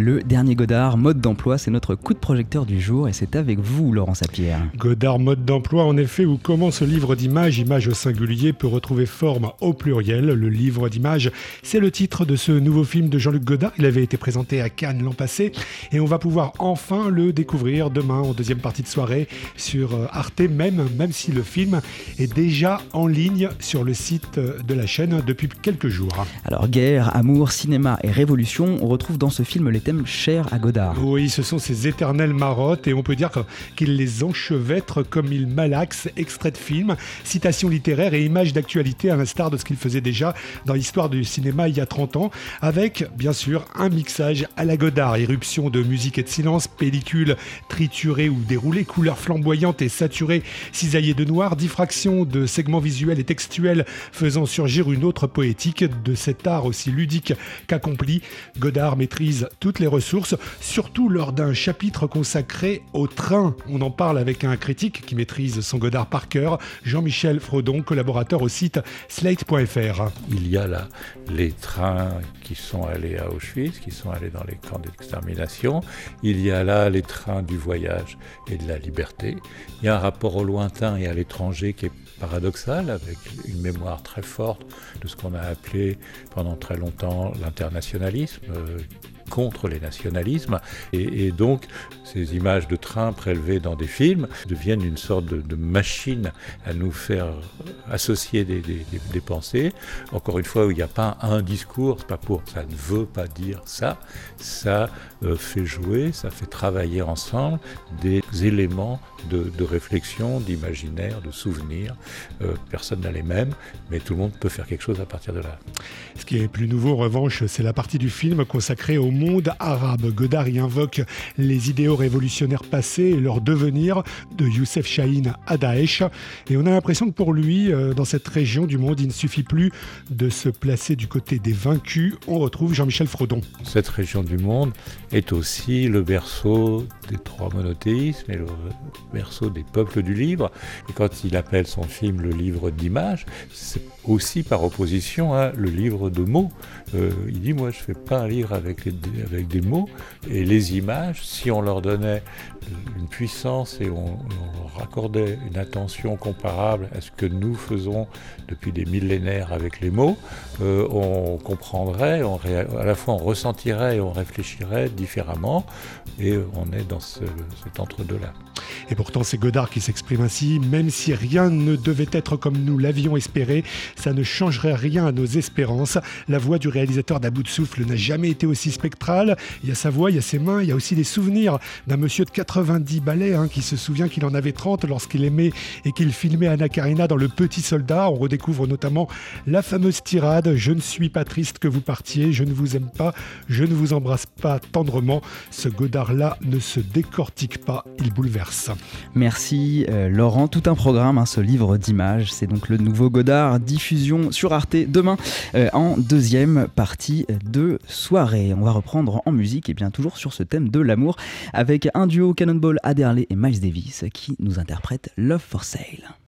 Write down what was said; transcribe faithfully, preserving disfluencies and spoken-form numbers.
Le dernier Godard, mode d'emploi, c'est notre coup de projecteur du jour et c'est avec vous, Laurent Sapir. Godard, mode d'emploi, en effet, ou comment ce livre d'images, image au singulier, peut retrouver forme au pluriel. Le livre d'images, c'est le titre de ce nouveau film de Jean-Luc Godard. Il avait été présenté à Cannes l'an passé et on va pouvoir enfin le découvrir demain en deuxième partie de soirée sur Arte, même, même si le film est déjà en ligne sur le site de la chaîne depuis quelques jours. Alors guerre, amour, cinéma et révolution, on retrouve dans ce film les thèmes chers à Godard. Oui, ce sont ces éternelles marottes et on peut dire qu'il les enchevêtre comme il malaxe, extraits de films, citations littéraires et images d'actualité à l'instar de ce qu'il faisait déjà dans l'histoire du cinéma il y a trente ans, avec bien sûr un mixage à la Godard, irruption de musique et de silence, pellicule triturée ou déroulée, couleurs flamboyantes et saturées, cisaillées de noir, diffraction de segments visuels et textuels faisant surgir une autre poétique de cet art aussi ludique qu'accompli. Godard maîtrise toutes les ressources, surtout lors d'un chapitre consacré au train. On en parle avec un critique qui maîtrise son Godard par cœur, Jean-Michel Frodon, collaborateur au site slate point f r. Il y a là les trains qui sont allés à Auschwitz, qui sont allés dans les camps d'extermination. Il y a là les trains du voyage et de la liberté. Il y a un rapport au lointain et à l'étranger qui est paradoxal, avec une mémoire très forte de ce qu'on a appelé pendant très longtemps l'internationalisme, euh, contre les nationalismes. Et, et donc, ces images de train prélevées dans des films deviennent une sorte de, de machine à nous faire associer des, des, des, des pensées. Encore une fois, où il n'y a pas un discours, c'est pas pour, ça ne veut pas dire ça. Ça euh, fait jouer, ça fait travailler ensemble des éléments de, de réflexion, d'imaginaire, de souvenir. Euh, personne n'a les mêmes, mais tout le monde peut faire quelque chose à partir de là. Ce qui est plus nouveau, en revanche, c'est la partie du film consacrée au monde arabe. Godard y invoque les idéaux révolutionnaires passés et leur devenir, de Youssef Chahine à Daesh. Et on a l'impression que pour lui, dans cette région du monde, il ne suffit plus de se placer du côté des vaincus. On retrouve Jean-Michel Frodon. Cette région du monde est aussi le berceau des trois monothéismes et le berceau des peuples du livre. Et quand il appelle son film le livre d'images, c'est aussi par opposition à le livre de mots. Euh, il dit, moi je ne fais pas un livre avec, les, avec des mots, et les images, si on leur donnait une puissance et on, on leur accordait une attention comparable à ce que nous faisons depuis des millénaires avec les mots, euh, on comprendrait, on ré, à la fois on ressentirait et on réfléchirait différemment, et on est dans ce, cet entre-deux-là. Et pourtant, c'est Godard qui s'exprime ainsi. Même si rien ne devait être comme nous l'avions espéré, ça ne changerait rien à nos espérances. La voix du réalisateur d'À bout de souffle n'a jamais été aussi spectrale. Il y a sa voix, il y a ses mains, il y a aussi les souvenirs d'un monsieur de quatre-vingt-dix balais hein, qui se souvient qu'il en avait trente lorsqu'il aimait et qu'il filmait Anna Karina dans Le Petit Soldat. On redécouvre notamment la fameuse tirade « Je ne suis pas triste que vous partiez, je ne vous aime pas, je ne vous embrasse pas tendrement ». Ce Godard-là ne se décortique pas, il bouleverse. Merci euh, Laurent, tout un programme, hein, ce livre d'images, c'est donc le nouveau Godard, diffusion sur Arte demain euh, en deuxième partie de soirée. On va reprendre en musique et bien toujours sur ce thème de l'amour avec un duo Cannonball Adderley et Miles Davis qui nous interprète Love for Sale.